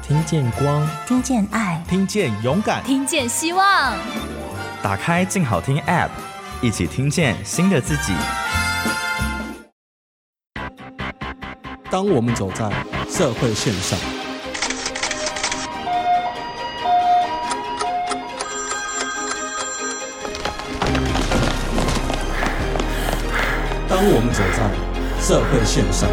听见光， 听见爱， 听见勇敢， 听见希望。 打开静好听 App， 一起听见新的自己。 当我们走在社会线上，当我们走在社会线上，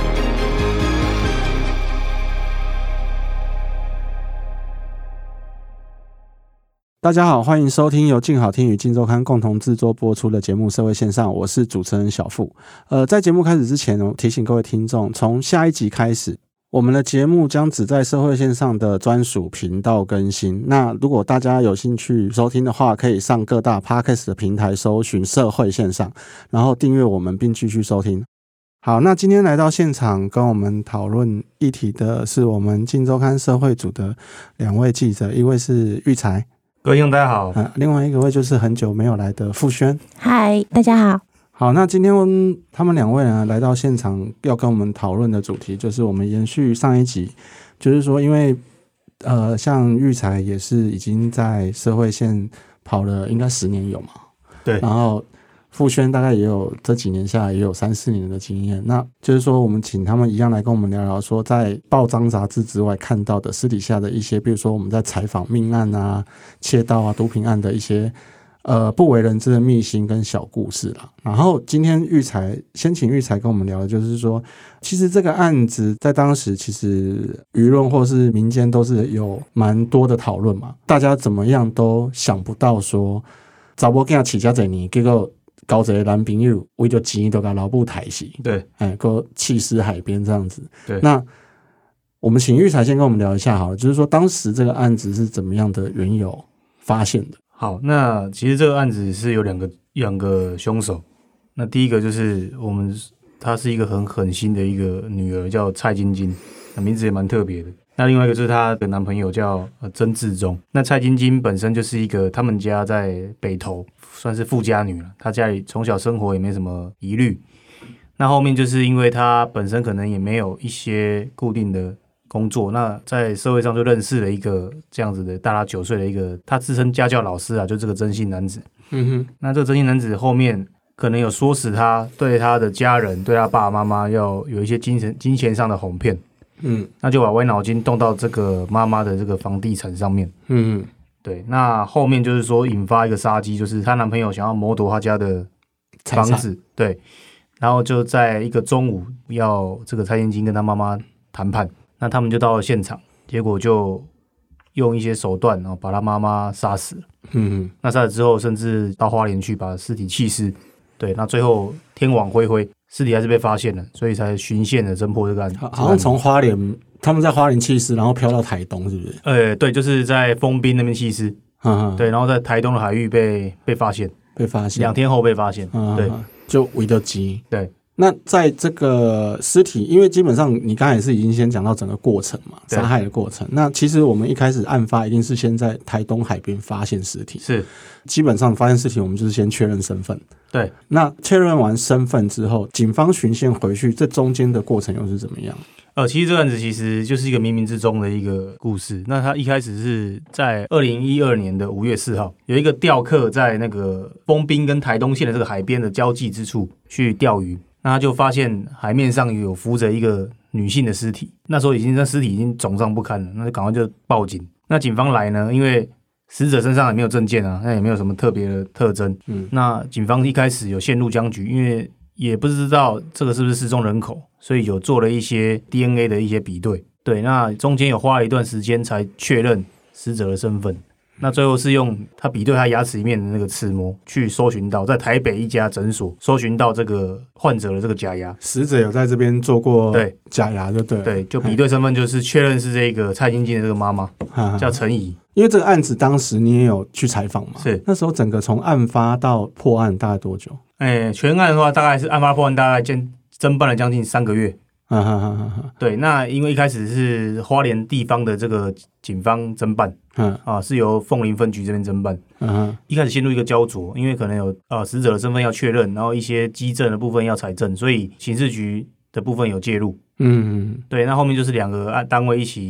大家好，欢迎收听由静好听与静周刊共同制作播出的节目《社会线上》，我是主持人小富。在节目开始之前呢，提醒各位听众，从下一集开始，我们的节目将只在社会线上的专属频道更新。那如果大家有兴趣收听的话，可以上各大 Podcast 的平台搜寻社会线上，然后订阅我们并继续收听。好，那今天来到现场跟我们讨论议题的是我们静周刊社会组的两位记者，一位是育才， 各位听众大家好， 另外一位就是很久没有来的傅轩。 嗨，大家好。 好，那今天他们两位呢来到现场，要跟我们讨论的主题就是我们延续上一集，就是说因为像育才也是已经在社会线跑了应该10年有嘛， 对， 然后傅轩大概也有这几年下来也有3-4年的经验，那就是说我们请他们一样来跟我们聊聊说在报章杂志之外看到的私底下的一些，比如说我们在采访命案啊、窃盗啊、毒品案的一些不为人知的秘辛跟小故事啦。然后今天先请育才跟我们聊的就是说，其实这个案子在当时其实舆论或是民间都是有蛮多的讨论嘛，大家怎么样都想不到说查某囝饲遮侪年，结果交一个男朋友为了钱就把老母抬死， 对， 个弃尸海边这样子。 对， 那我们请育才先跟我们聊一下好了，就是说当时这个案子是怎么样的缘由发现的？ 好，那其实这个案子是有两个凶手。那第一个就是她是一个很狠心的一个女儿，叫蔡晶晶，名字也蛮特别的。那另外一个就是她的男朋友叫曾志忠。那蔡晶晶本身就是一个他们家在北投算是富家女了，她家里从小生活也没什么疑虑。那后面就是因为她本身可能也没有一些固定的工作，那在社会上就认识了一个这样子的大她9岁的一个，他自称家教老师啊，就这个真性男子。那这个真性男子后面可能有唆使他对他的家人、对他爸爸妈妈要有一些金钱上的哄骗。那就把歪脑筋动到这个妈妈的这个房地产上面。对，那后面就是说引发一个杀机，就是她男朋友想要谋夺她家的房子，对，然后就在一个中午要这个蔡晶晶跟她妈妈谈判，那他们就到了现场，结果就用一些手段然后把她妈妈杀死了。那杀了之后，甚至到花莲去把尸体弃尸。对，那最后天网恢恢，尸体还是被发现了，所以才循线的侦破这个案子。 好像从花莲，他们在花莲弃尸，然后飘到台东，是不是？ 对，就是在丰滨那边弃尸。对，然后在台东的海域被发现，2天后被发现。对， 就围得急。 对。 那在这个尸体，因为基本上你刚才也是已经先讲到整个过程嘛，杀害的过程。那其实我们一开始案发一定是先在台东海边发现尸体， 是基本上发现尸体，我们就是先确认身份。 对， 那确认完身份之后，警方循线回去，这中间的过程又是怎么样？ 其实这个案子其实就是一个冥冥之中的一个故事。那他一开始是在2012年的5月4号，有一个钓客在那个丰滨跟台东县的这个海边的交际之处去钓鱼。那他就发现海面上有浮着一个女性的尸体，那时候那尸体已经肿胀不堪了，那就赶快就报警。那警方来呢，因为死者身上也没有证件啊，那也没有什么特别的特征。那警方一开始有陷入僵局，因为也不知道这个是不是失踪人口，所以有做了一些 DNA 的一些比对。对，那中间有花了一段时间才确认死者的身份。那最后是用他比对他牙齿里面的那个齿模去搜寻到，在台北一家诊所搜寻到这个患者的这个假牙， 死者有在这边做过假牙，就对了。 对，就比对身份，就是确认是这个蔡晶晶的这个妈妈，叫陈怡。 因为这个案子当时你也有去采访嘛？ 是， 那时候整个从案发到破案大概多久？ 全案的话，大概是案发破案大概侦办了将近3个月。对，那因为一开始是花莲地方的这个警方侦办，是由凤林分局这边侦办。一开始陷入一个焦灼，因为可能有死者的身份要确认，然后一些基证的部分要采证，所以刑事局的部分有介入。对，那后面就是2个单位一起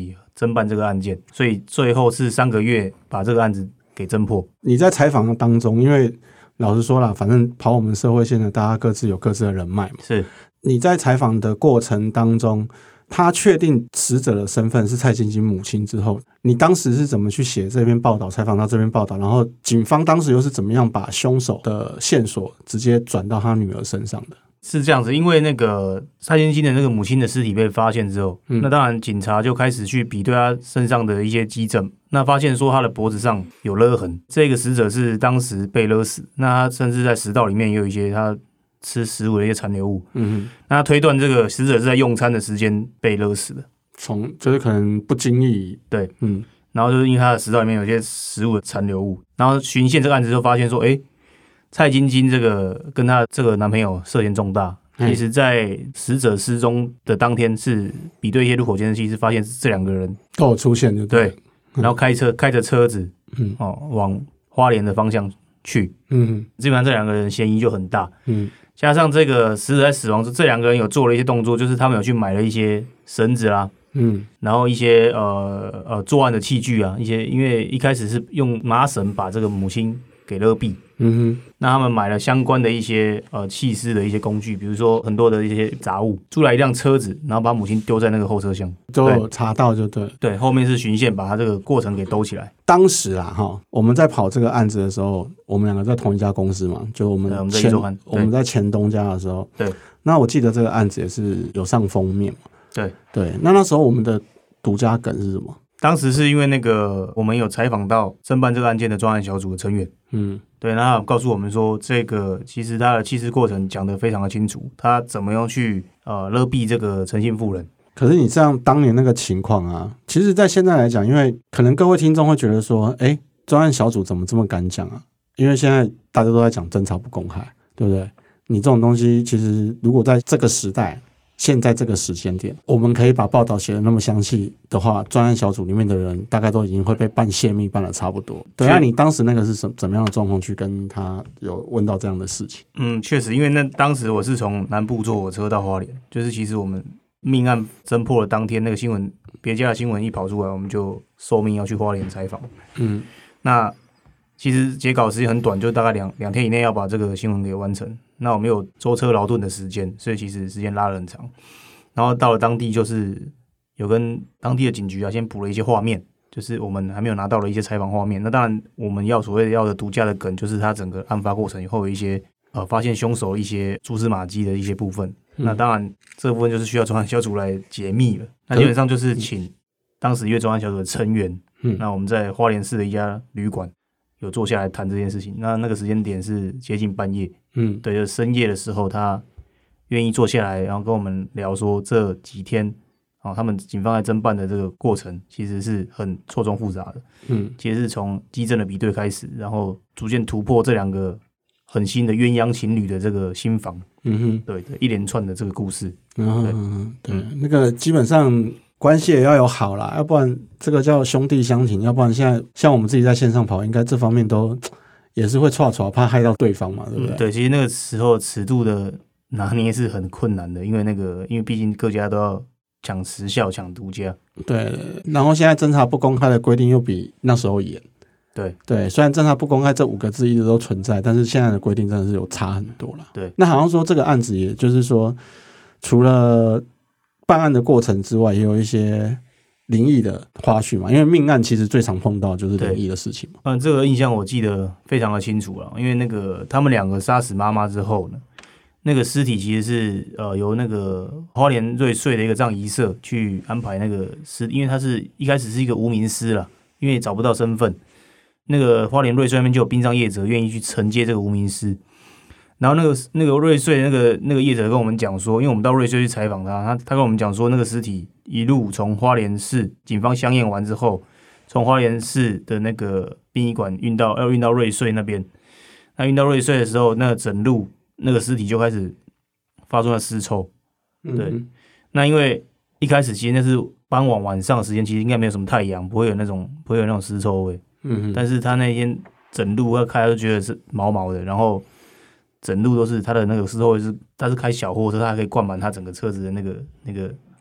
侦办这个案件，所以最后是3个月把这个案子给侦破。 你在采访当中，因为老实说啦，反正跑我们社会线的，大家各自有各自的人脉嘛。 是你在采访的过程当中，他确定死者的身份是蔡晶晶母亲之后，你当时是怎么去写这篇报道，采访到这篇报道，然后警方当时又是怎么样把凶手的线索直接转到他女儿身上的？ 是这样子，因为那个蔡晶晶的那个母亲的尸体被发现之后，那当然警察就开始去比对她身上的一些基证，那发现说她的脖子上有勒痕，这个死者是当时被勒死，那他甚至在食道里面也有一些他吃食物的一些残留物，那他推断这个死者是在用餐的时间被勒死的， 就是可能不经意， 对，然后就是因为他的食道里面有一些食物的残留物，然后循线这个案子就发现说，蔡晶晶这个跟她这个男朋友涉嫌重大，其实在死者失踪的当天是比对一些路口监视器，是发现这2个人都有出现就对，然后开着车子，往花莲的方向去，基本上这2个人嫌疑就很大，加上这个死者在死亡时，这2个人有做了一些动作，就是他们有去买了一些绳子啦，然后一些作案的器具啊，因为一开始是用麻绳把这个母亲给勒毙，那他们买了相关的一些弃尸的一些工具，比如说很多的一些杂物，租来一辆车子，然后把母亲丢在那个后车厢， 就有查到就对， 对，后面是循线把他这个过程给兜起来。 当时啊我们在跑这个案子的时候，我们2个在同一家公司嘛，就我们在前东家的时候， 对， 那我记得这个案子也是有上封面嘛， 对， 那时候我们的独家梗是什么？ 当时是因为那个我们有采访到侦办这个案件的专案小组的成员，对，那他告诉我们说，这个其实他的弃尸过程讲得非常的清楚，他怎么样去勒毙这个陈姓妇人。 可是你这样当年那个情况啊，其实在现在来讲，因为可能各位听众会觉得说，专案小组怎么这么敢讲啊？因为现在大家都在讲侦查不公开，对不对？你这种东西，其实如果在这个时代，现在这个时间点，我们可以把报道写得那么详细的话，专案小组里面的人大概都已经会被办泄密办得差不多。对啊，你当时那个是怎么样的状况去跟他有问到这样的事情？ 确实，因为当时我是从南部坐火车到花莲，就是其实我们命案侦破的当天，那个新闻别家的新闻一跑出来，我们就受命要去花莲采访。那其实截稿时间很短，就大概两天以内要把这个新闻给完成。那我们有舟车劳顿的时间，所以其实时间拉得很长。然后到了当地，就是有跟当地的警局先补了一些画面，就是我们还没有拿到的一些采访画面。那当然，我们所谓的独家的梗，就是它整个案发过程以后有一些发现凶手一些蛛丝马迹的一些部分。那当然，这部分就是需要专案小组来解密了。那基本上就是请当时因为专案小组的成员，那我们在花莲市的一家旅馆有坐下来谈这件事情。那个时间点是接近半夜，对，就深夜的时候，他愿意坐下来，然后跟我们聊说这几天他们警方在侦办的这个过程其实是很错综复杂的。其实是从基证的比对开始，然后逐渐突破这2个很新的鸳鸯情侣的这个心房。对，一连串的这个故事。 对，那个基本上关系也要有好啦，要不然这个叫兄弟相挺，要不然现在像我们自己在线上跑，应该这方面都也是会挫，怕害到对方嘛，对不对？ 对，其实那个时候尺度的拿捏是很困难的，因为毕竟各家都要抢时效、抢独家。 对，然后现在侦查不公开的规定又比那时候严。对，虽然侦查不公开这5个字一直都存在，但是现在的规定真的是有差很多了。 对， 那好像说这个案子，也就是说，除了办案的过程之外，也有一些灵异的花絮嘛。因为命案其实最常碰到就是灵异的事情嘛。 这个印象我记得非常的清楚了，因为他们2个杀死妈妈之后呢，那个尸体其实是由那个花莲瑞穗的一个葬仪社去安排那个尸，因为他是一开始是一个无名尸啦，因为找不到身份。那个花莲瑞穗那边就有殡葬业者愿意去承接这个无名尸，然后那个瑞穗那个业者跟我们讲说，因为我们到瑞穗去采访他跟我们讲说，那个尸体一路从花莲市警方相验完之后，从花莲市的那个殡仪馆要运到瑞穗那边。那运到瑞穗的时候，那个整路那个尸体就开始发出了尸臭。对，那因为一开始其实那是傍晚上的时间，其实应该没有什么太阳，不会有那种尸臭味。但是他那天整路要开，就觉得是毛毛的，然后整路都是他的那个尸臭味，他是开小货车，他还可以灌满他整个车子的那个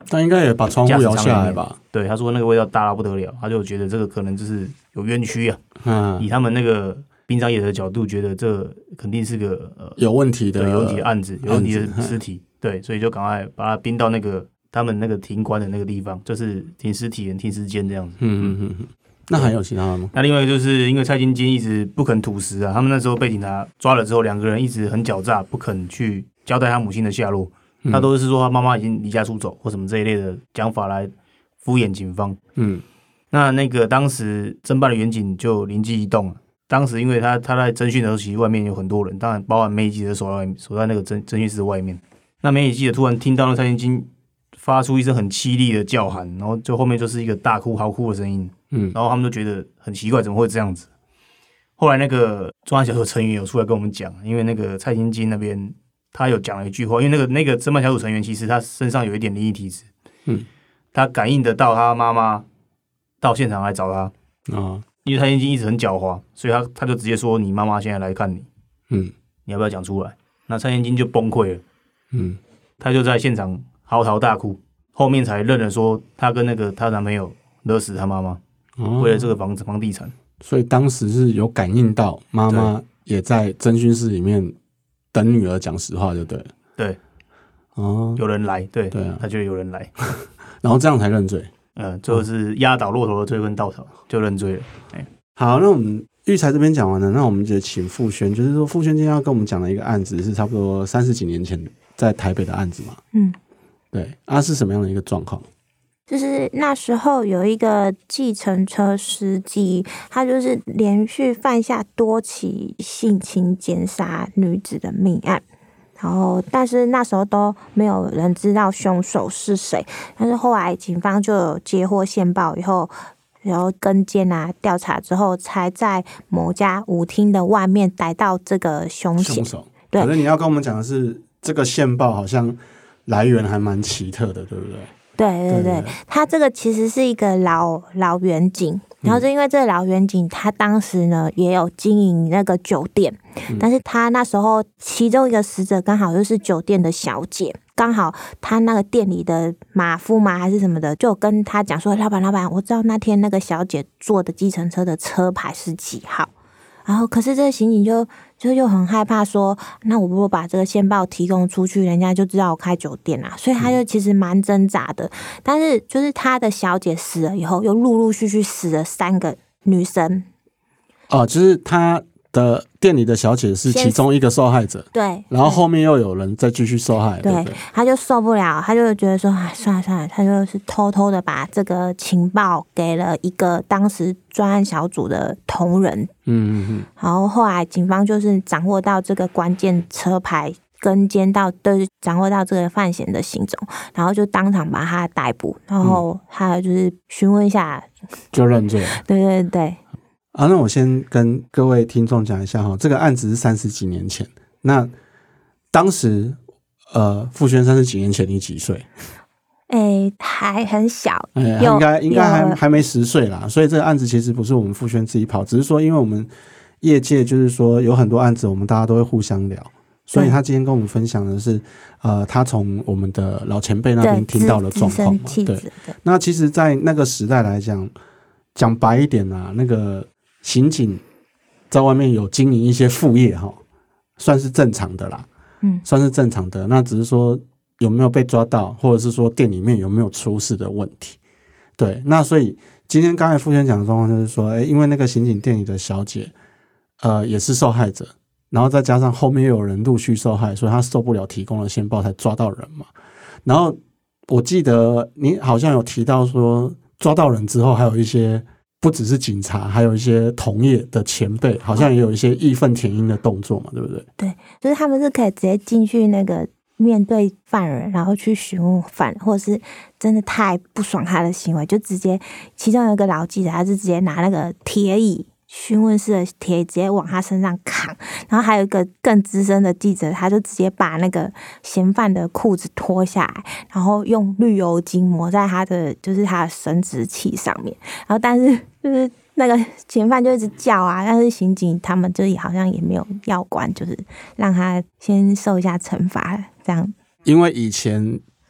但应该也把窗户摇下来吧？ 对，他说那个味道大到不得了，他就觉得这个可能就是有冤屈啊。以他们那个殡葬业的角度，觉得这肯定是个有问题的案子，有问题的尸体。对，所以就赶快把它冰到那个他们那个停棺的那个地方，就是停尸体人、停尸间这样子。 那还有其他的吗？ 那另外一个就是因为蔡晶晶一直不肯吐实啊，他们那时候被警察抓了之后，两个人一直很狡诈，不肯去交代他母亲的下落。他都是说他妈妈已经离家出走或什么这一类的讲法来敷衍警方。那个当时侦办的员警就灵机一动，当时因为他在侦讯的时候，其实外面有很多人，当然包含媒体记者守在那个侦讯室外面。那媒体记者突然听到那蔡晶晶发出一声很凄厉的叫喊，然后就后面就是一个大哭嚎哭的声音。然后他们就觉得很奇怪，怎么会这样子？后来那个专案小组成员有出来跟我们讲，因为那个蔡晶晶那边他有讲了一句话，因为那个侦办小组成员其实他身上有一点灵异体质，他感应得到他妈妈到现场来找他因为蔡晶晶一直很狡猾，所以他就直接说你妈妈现在来看你，你要不要讲出来？那蔡晶晶就崩溃了，他就在现场嚎啕大哭，后面才认了说他跟那个他男朋友勒死他妈妈。为了这个房地产， 所以当时是有感应到妈妈也在侦讯室里面等女儿讲实话，就对了。 对，有人来，对啊，他觉得有人来， 然后这样才认罪。 就是压倒骆驼的追根稻草，就认罪了。 好，那我们育才这边讲完了，那我们就请富轩，就是说富轩今天要跟我们讲的一个案子是差不多30几年前在台北的案子嘛。对，是什么样的一个状况？ 就是那时候有一个计程车司机，他就是连续犯下多起性侵奸杀女子的命案，然后但是那时候都没有人知道凶手是谁，但是后来警方就有接获线报以后，然后跟监调查之后，才在某家舞厅的外面逮到这个凶手。对， 可是你要跟我们讲的是，这个线报好像来源还蛮奇特的，对不对？ 对，他这个其实是一个老员警，然后就因为这个老员警，他当时呢也有经营那个酒店，但是他那时候其中一个死者刚好就是酒店的小姐，刚好他那个店里的马夫嘛还是什么的，就跟他讲说，老板，我知道那天那个小姐坐的计程车的车牌是几号。然后可是这个刑警就又很害怕说，那我如果把这个线报提供出去，人家就知道我开酒店啦，所以他就其实蛮挣扎的。但是就是他的小姐死了以后，又陆陆续续死了3个女生。 就是他的店里的小姐是其中一个受害者， 对， 然后后面又有人再继续受害，对， 他就受不了，他就觉得说，算了，他就是偷偷的把这个情报给了一个当时专案小组的同仁，然后后来警方就是掌握到这个关键车牌，跟监到，对，掌握到这个犯嫌的行踪，然后就当场把他逮捕，然后他就是询问一下， 就认罪了， 对。 那我先跟各位听众讲一下这个案子是30几年前。那当时富轩30几年前你几岁？ 还很小， 应该还没10岁啦。所以这个案子其实不是我们富轩自己跑，只是说因为我们业界就是说有很多案子，我们大家都会互相聊。所以他今天跟我们分享的是，他从我们的老前辈那边听到的状况嘛。对，那其实，在那个时代来讲白一点那个刑警在外面有经营一些副业算是正常的啦，算是正常的。那只是说有没有被抓到，或者是说店里面有没有出事的问题。对，那所以今天刚才富轩讲的状况就是说，因为那个刑警店里的小姐，也是受害者，然后再加上后面又有人陆续受害，所以他受不了提供了线报才抓到人嘛。然后我记得你好像有提到说，抓到人之后还有一些。不只是警察，还有一些同业的前辈，好像也有一些义愤填膺的动作嘛，对不对？ 对，就是他们是可以直接进去那个面对犯人，然后去询问犯人，或者是真的太不爽他的行为，就直接其中有一个老记者，他是直接拿那个铁椅。询问室的铁椅直接往他身上扛，然后还有一个更资深的记者，他就直接把那个嫌犯的裤子脱下来，然后用绿油精抹在他的生殖器上面，然后但是就是那个嫌犯就一直叫但是刑警他们就好像也没有要管，就是让他先受一下惩罚这样。 因为以前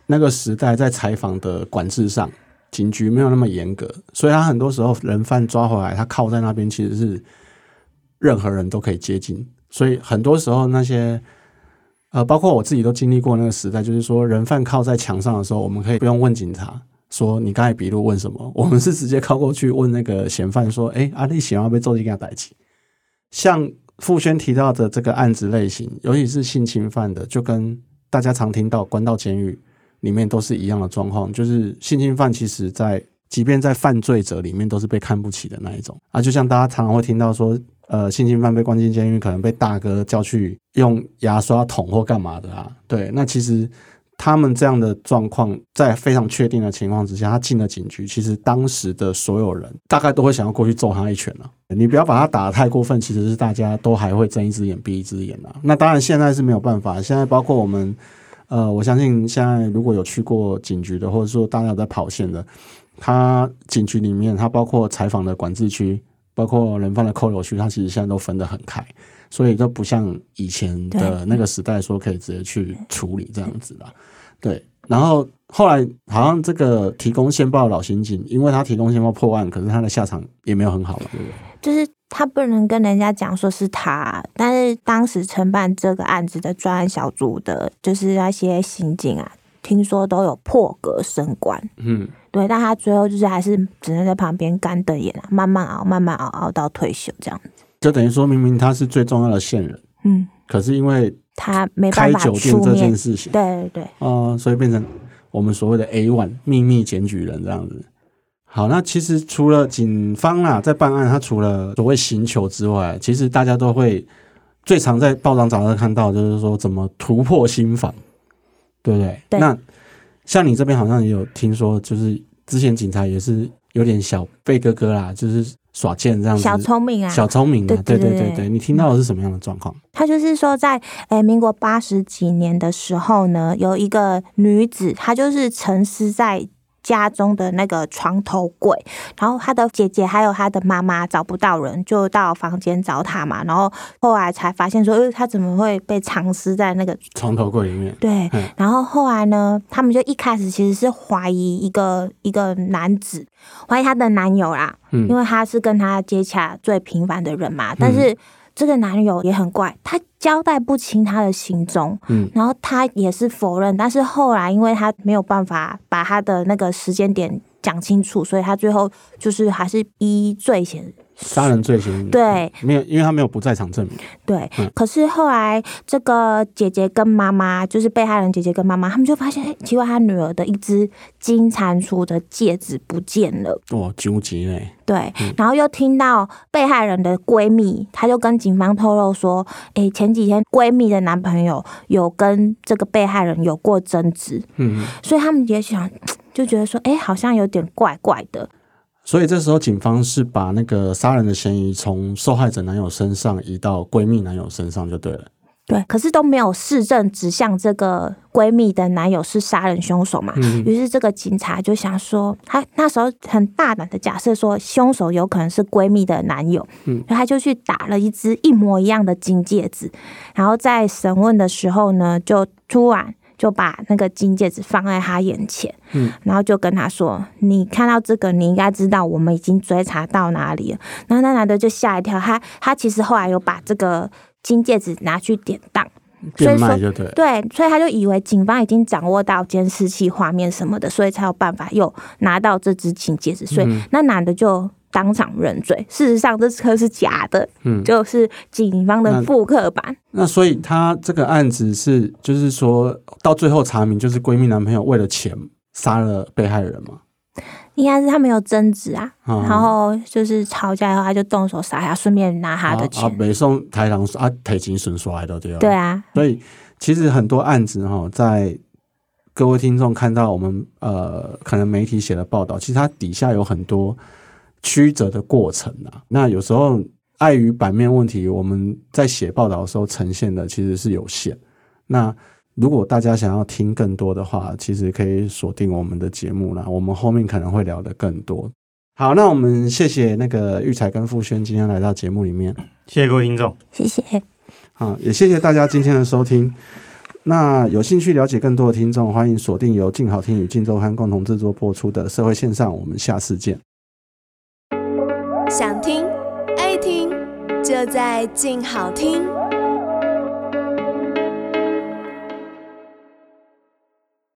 那个时代在采访的管制上，警局没有那么严格，所以他很多时候人犯抓回来，他靠在那边其实是任何人都可以接近，所以很多时候那些包括我自己都经历过那个时代，就是说人犯靠在墙上的时候，我们可以不用问警察说你刚才笔录问什么，我们是直接靠过去问那个嫌犯说，你想要被做这件代志。像傅轩提到的这个案子类型，尤其是性侵犯的，就跟大家常听到关到监狱里面都是一样的状况，就是性侵犯其实即便在犯罪者里面都是被看不起的那一种啊，就像大家常常会听到说性侵犯被关进监狱可能被大哥叫去用牙刷捅或干嘛的啊，对，那其实他们这样的状况在非常确定的情况之下，他进了警局，其实当时的所有人大概都会想要过去揍他一拳啊，你不要把他打得太过分，其实是大家都还会睁一只眼闭一只眼啊。那当然现在是没有办法，现在包括我们我相信现在如果有去过警局的，或者说大家有在跑线的，他警局里面他包括采访的管制区，包括人犯的扣留区，他其实现在都分得很开，所以都不像以前的那个时代说可以直接去处理这样子啦。对，然后后来好像这个提供线报的老刑警，因为他提供线报破案，可是他的下场也没有很好了，对不对？ 就是他不能跟人家讲说是他，但是当时承办这个案子的专案小组的，就是那些刑警啊，听说都有破格升官，对，但他最后就是还是只能在旁边干瞪眼啊，慢慢熬到退休这样子。 就等于说明明他是最重要的线人，可是因为他没办法开酒店这件事情， 对， 所以变成我们所谓的 A1 秘密检举人这样子。好，那其实除了警方啊在办案，他除了所谓刑求之外，其实大家都会最常在报章杂志看到，就是说怎么突破心防，对不对？ 对。 那像你这边好像也有听说，就是之前警察也是有点小贝哥哥啦，就是耍贱这样子， 小聪明啊， 对，你听到的是什么样的状况？ 他就是说在民国80几年的时候呢，有一个女子，她就是沉尸在家中的那个床头柜，然后她的姐姐还有她的妈妈找不到人，就到房间找她嘛，然后后来才发现说，她怎么会被藏尸在那个床头柜里面？ 对，然后后来呢，他们就一开始其实是怀疑一个男子，怀疑她的男友啦，因为他是跟她接洽最频繁的人嘛，但是这个男友也很怪，他交代不清他的行踪，然后他也是否认，但是后来因为他没有办法把他的那个时间点讲清楚，所以他最后就是还是依罪嫌杀人罪嫌， 对， 没有，因为他没有不在场证明。 对，可是后来这个姐姐跟妈妈，就是被害人姐姐跟妈妈，他们就发现，奇怪，他女儿的一只金蟾蜍的戒指不见了。 哇，纠结嘞。 对，然后又听到被害人的闺蜜，她就跟警方透露说，前几天闺蜜的男朋友有跟这个被害人有过争执，所以他们也想，就觉得说，好像有点怪怪的。 所以这时候警方是把那个杀人的嫌疑从受害者男友身上移到闺蜜男友身上就对了。 对，可是都没有事证指向这个闺蜜的男友是杀人凶手嘛，于是这个警察就想说，他那时候很大胆的假设说凶手有可能是闺蜜的男友，然后他就去打了一只一模一样的金戒指，然后在审问的时候呢，就突然就把那个金戒指放在他眼前，然后就跟他说，你看到这个你应该知道我们已经追查到哪里了。然后那男的就吓一跳，他其实后来有把这个金戒指拿去典当， 变卖就对了。 对，所以他就以为警方已经掌握到监视器画面什么的，所以才有办法又拿到这只金戒指，所以那男的就当场认罪。事实上这颗是假的，就是警方的复刻版。 那所以他这个案子是就是说到最后查明就是闺蜜男朋友为了钱杀了被害人吗？ 应该是他们有争执啊，然后就是吵架以后他就动手杀他，顺便拿他的钱。 北宋台郎提钱损衰的对吧？ 对啊， 所以其实很多案子在各位听众看到我们可能媒体写的报道，其实它底下有很多曲折的过程啊。那有时候碍于版面问题，我们在写报道的时候呈现的其实是有限。那如果大家想要听更多的话，其实可以锁定我们的节目啦，我们后面可能会聊得更多。好，那我们谢谢那个育才跟傅轩今天来到节目里面， 谢谢各位听众， 谢谢。 也谢谢大家今天的收听。 那有兴趣了解更多的听众，欢迎锁定由静好听与静周刊共同制作播出的社会线上，我们下次见。 想听爱听，就在静好听。